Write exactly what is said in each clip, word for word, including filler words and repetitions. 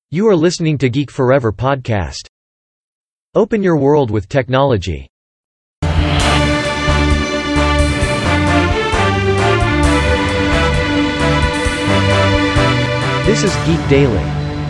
You are listening to Geek Forever podcast. Open your world with technology. This is Geek Daily.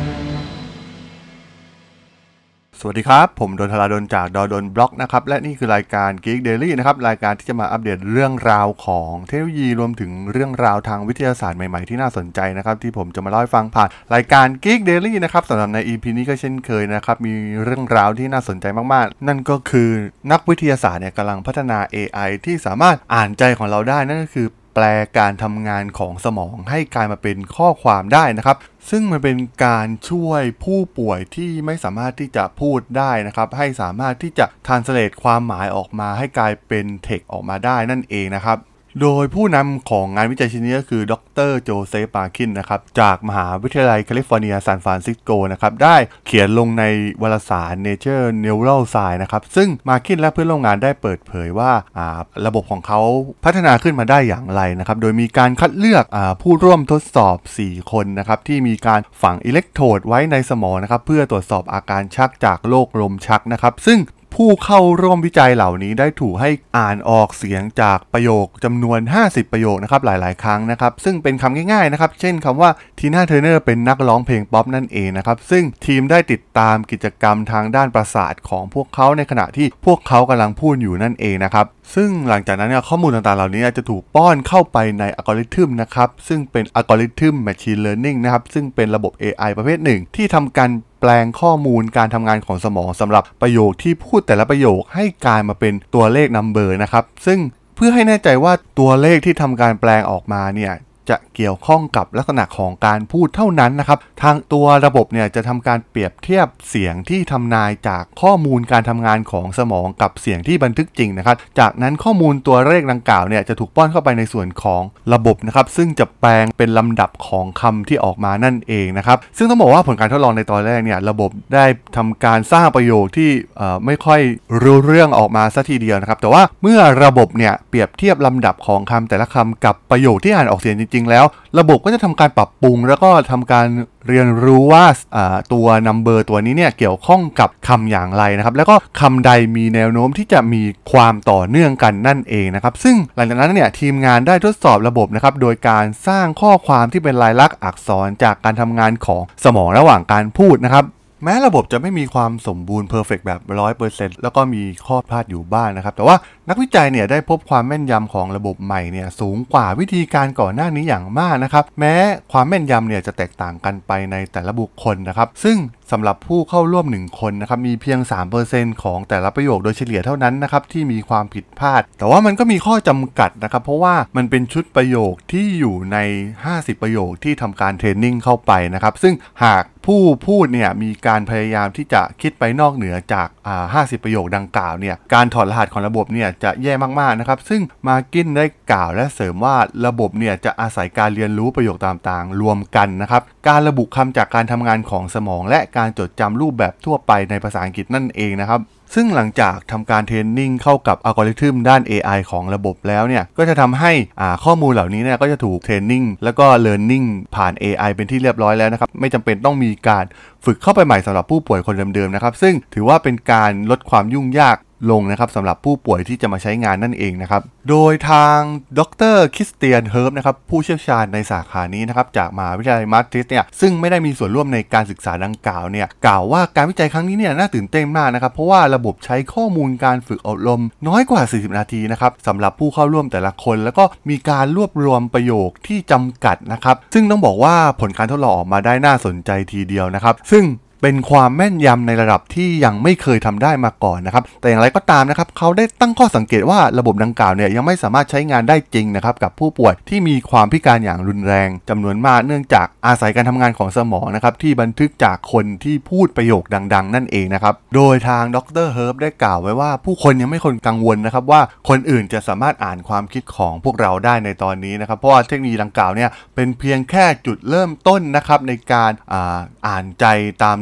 สวัสดีครับผมดนทราดลจากดนบล็อกนะครับและนี่คือรายการ Geek Daily นะครับรายการที่จะมาอัปเดตเรื่องราวของเทคโนโลยีรวมถึงเรื่องราวทางวิทยาศาสตร์ใหม่ๆที่น่าสนใจนะครับที่ผมจะมาเล่าให้ฟังผ่านรายการ Geek Daily นะครับสำหรับใน อี พี นี้ก็เช่นเคยนะครับมีเรื่องราวที่น่าสนใจมากๆนั่นก็คือนักวิทยาศาสตร์เนี่ยกำลังพัฒนา เอ ไอ ที่สามารถอ่านใจของเราได้นั่นก็คือแปลการทำงานของสมองให้กลายมาเป็นข้อความได้นะครับซึ่งมันเป็นการช่วยผู้ป่วยที่ไม่สามารถที่จะพูดได้นะครับให้สามารถที่จะ translate ความหมายออกมาให้กลายเป็น text ออกมาได้นั่นเองนะครับโดยผู้นำของงานวิจัยชิ้นนี้ก็คือดร.โจเซฟ มาร์คินนะครับจากมหาวิทยาลัยแคลิฟอร์เนียซานฟรานซิสโกนะครับได้เขียนลงในวารสาร Nature Neuroscience นะครับซึ่งมาร์คินและเพื่อนร่วมงานได้เปิดเผยว่าระบบของเขาพัฒนาขึ้นมาได้อย่างไรนะครับโดยมีการคัดเลือกผู้ร่วมทดสอบสี่คนนะครับที่มีการฝังอิเล็กโทรดไว้ในสมองนะครับเพื่อตรวจสอบอาการชักจากโรคลมชักนะครับซึ่งผู้เข้าร่วมวิจัยเหล่านี้ได้ถูกให้อ่านออกเสียงจากประโยคจำนวนห้าสิบประโยคนะครับหลายๆครั้งนะครับซึ่งเป็นคำง่ายๆนะครับเช่นคำว่าทีน่าเทอร์เนอร์เป็นนักร้องเพลงป๊อปนั่นเองนะครับซึ่งทีมได้ติดตามกิจกรรมทางด้านประสาทของพวกเขาในขณะที่พวกเขากำลังพูดอยู่นั่นเองนะครับซึ่งหลังจากนั้นเนี่ยข้อมูลต่างๆเหล่านี้จะถูกป้อนเข้าไปในอัลกอริทึมนะครับซึ่งเป็นอัลกอริทึม Machine Learning นะครับซึ่งเป็นระบบ เอ ไอ ประเภทหนึ่งที่ทำการแปลงข้อมูลการทำงานของสมองสำหรับประโยคที่พูดแต่ละประโยคให้กลายมาเป็นตัวเลข number นะครับซึ่งเพื่อให้แน่ใจว่าตัวเลขที่ทำการแปลงออกมาเนี่ยจะเกี่ยวข้องกับลักษณะของการพูดเท่านั้นนะครับทางตัวระบบเนี่ยจะทำการเปรียบเทียบเสียงที่ทำนายจากข้อมูลการทำงานของสมองกับเสียงที่บันทึกจริงนะครับจากนั้นข้อมูลตัวเลขดังกล่าวเนี่ยจะถูกป้อนเข้าไปในส่วนของระบบนะครับซึ่งจะแปลงเป็นลำดับของคำที่ออกมานั่นเองนะครับซึ่งต้องบอกว่าผลการทดลองในตอนแรกเนี่ยระบบได้ทำการสร้างประโยคที่ไม่ค่อยรู้เรื่องออกมาสักทีเดียวนะครับแต่ว่าเมื่อระบบเนี่ยเปรียบเทียบลำดับของคำแต่ละคำกับประโยคที่อ่านออกเสียงจริงๆแล้วระบบก็จะทำการปรับปรุงแล้วก็ทำการเรียนรู้ว่าตัว number ตัวนี้เนี่ยเกี่ยวข้องกับคำอย่างไรนะครับแล้วก็คำใดมีแนวโน้มที่จะมีความต่อเนื่องกันนั่นเองนะครับซึ่งหลังจากนั้นเนี่ยทีมงานได้ทดสอบระบบนะครับโดยการสร้างข้อความที่เป็นลายลักษณ์อักษรจากการทำงานของสมองระหว่างการพูดนะครับแม้ระบบจะไม่มีความสมบูรณ์เพอร์เฟกต์แบบ ร้อยเปอร์เซ็นต์ แล้วก็มีข้อพลาดอยู่บ้าง นะครับแต่ว่านักวิจัยเนี่ยได้พบความแม่นยำของระบบใหม่เนี่ยสูงกว่าวิธีการก่อนหน้านี้อย่างมากนะครับแม้ความแม่นยำเนี่ยจะแตกต่างกันไปในแต่ละบุคคลนะครับซึ่งสำหรับผู้เข้าร่วมหนึ่งคนนะครับมีเพียง สามเปอร์เซ็นต์ ของแต่ละประโยคโดยเฉลี่ยเท่านั้นนะครับที่มีความผิดพลาดแต่ว่ามันก็มีข้อจำกัดนะครับเพราะว่ามันเป็นชุดประโยคที่อยู่ในห้าสิบประโยคที่ทำการเทรนนิ่งเข้าไปนะครับซึ่งหากผู้พูดเนี่ยมีการพยายามที่จะคิดไปนอกเหนือจากอ่าห้าสิบประโยคดังกล่าวเนี่ยการถอดรหัสของระบบเนี่ยจะแย่มากๆนะครับซึ่งมาร์กินได้กล่าวและเสริมว่าระบบเนี่ยจะอาศัยการเรียนรู้ประโยคต่างๆรวมกันนะครับการระบุคำจากการทำงานของสมองและการจดจำรูปแบบทั่วไปในภาษาอังกฤษนั่นเองนะครับซึ่งหลังจากทำการเทรนนิ่งเข้ากับอัลกอริทึมด้าน เอ ไอ ของระบบแล้วเนี่ยก็จะทำให้ข้อมูลเหล่านี้เนี่ยก็จะถูกเทรนนิ่งแล้วก็เลิร์นนิ่งผ่าน เอ ไอ เป็นที่เรียบร้อยแล้วนะครับไม่จำเป็นต้องมีการฝึกเข้าไปใหม่สำหรับผู้ป่วยคนเดิมๆนะครับซึ่งถือว่าเป็นการลดความยุ่งยากลงนะครับสำหรับผู้ป่วยที่จะมาใช้งานนั่นเองนะครับโดยทางดร.คริสเตียนเฮิร์บนะครับผู้เชี่ยวชาญในสาขานี้นะครับจากมหาวิทยาลัยมาดริดเนี่ยซึ่งไม่ได้มีส่วนร่วมในการศึกษาดังกล่าวเนี่ยกล่าวว่าการวิจัยครั้งนี้เนี่ยน่าตื่นเต้นมากนะครับเพราะว่าระบบใช้ข้อมูลการฝึกอบรมน้อยกว่าสี่สิบนาทีนะครับสำหรับผู้เข้าร่วมแต่ละคนแล้วก็มีการรวบรวมประโยคที่จำกัดนะครับซึ่งต้องบอกว่าผลการทดลองออกมาได้น่าสนใจทีเดียวนะครับซึ่งเป็นความแม่นยำในระดับที่ยังไม่เคยทำได้มาก่อนนะครับแต่อย่างไรก็ตามนะครับเขาได้ตั้งข้อสังเกตว่าระบบดังกล่าวเนี่ยยังไม่สามารถใช้งานได้จริงนะครับกับผู้ป่วยที่มีความพิการอย่างรุนแรงจำนวนมากเนื่องจากอาศัยการทำงานของสมองนะครับที่บันทึกจากคนที่พูดประโยคดังๆนั่นเองนะครับโดยทางดร.เฮิร์บได้กล่าวไว้ว่าผู้คนยังไม่ควรกังวลนะครับว่าคนอื่นจะสามารถอ่านความคิดของพวกเราได้ในตอนนี้นะครับเพราะว่าเทคโนโลยีดังกล่าวเนี่ยเป็นเพียงแค่จุดเริ่มต้นนะครับในการอ่าอ่านใจตามใน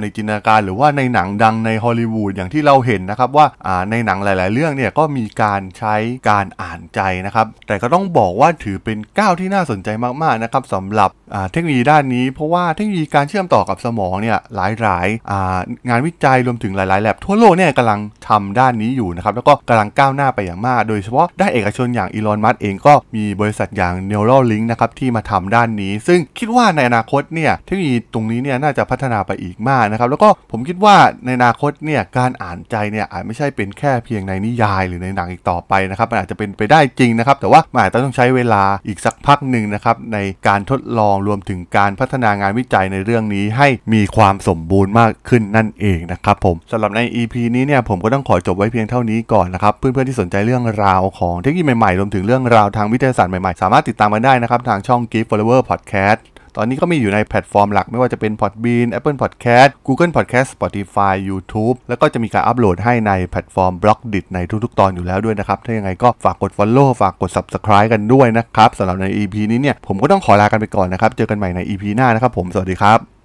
ในจินตนาการหรือว่าในหนังดังในฮอลลีวูดอย่างที่เราเห็นนะครับว่าในหนังหลายๆเรื่องเนี่ยก็มีการใช้การอ่านใจนะครับแต่ก็ต้องบอกว่าถือเป็นก้าวที่น่าสนใจมากๆนะครับสำหรับเทคโนโลยีด้านนี้เพราะว่าเทคโนโลยีการเชื่อมต่อกับสมองเนี่ยหลายๆงานวิจัยรวมถึงหลายๆแลบทั่วโลกเนี่ยกำลังทำด้านนี้อยู่นะครับแล้วก็กำลังก้าวหน้าไปอย่างมากโดยเฉพาะด้านเอกชนอย่างอีลอนมัสก์เองก็มีบริษัทอย่าง Neuralink นะครับที่มาทำด้านนี้ซึ่งคิดว่าในอนาคตเนี่ยเทคโนโลยีตรงนี้เนี่ยน่าจะพัฒนาไปอีกมากนะครับแล้วก็ผมคิดว่าในอนาคตเนี่ยการอ่านใจเนี่ยอาจไม่ใช่เป็นแค่เพียงในนิยายหรือในหนังอีกต่อไปนะครับมันอาจจะเป็นไปได้จริงนะครับแต่ว่ามันอาจจะต้องใช้เวลาอีกสักพักหนึ่งนะครับในการทดลองรวมถึงการพัฒนางานวิจัยในเรื่องนี้ให้มีความสมบูรณ์มากขึ้นนั่นเองนะครับผมสำหรับใน อี พี นี้เนี่ยผมก็ต้องขอจบไว้เพียงเท่านี้ก่อนนะครับเพื่อนๆที่สนใจเรื่องราวของเทคโนโลยีใหม่ๆรวมถึงเรื่องราวทางวิทยาศาสตร์ใหม่ๆสามารถติดตามกันได้นะครับทางช่อง Geek Forever Podcastตอนนี้ก็มีอยู่ในแพลตฟอร์มหลักไม่ว่าจะเป็น Podbean Apple Podcast Google Podcast Spotify YouTube แล้วก็จะมีการอัปโหลดให้ในแพลตฟอร์ม Blockdit ในทุกๆตอนอยู่แล้วด้วยนะครับถ้ายังไงก็ฝากกด Follow ฝากกด Subscribe กันด้วยนะครับสำหรับใน อี พี นี้เนี่ยผมก็ต้องขอลากันไปก่อนนะครับเจอกันใหม่ใน อี พี หน้านะครับผมสวัสดีครับ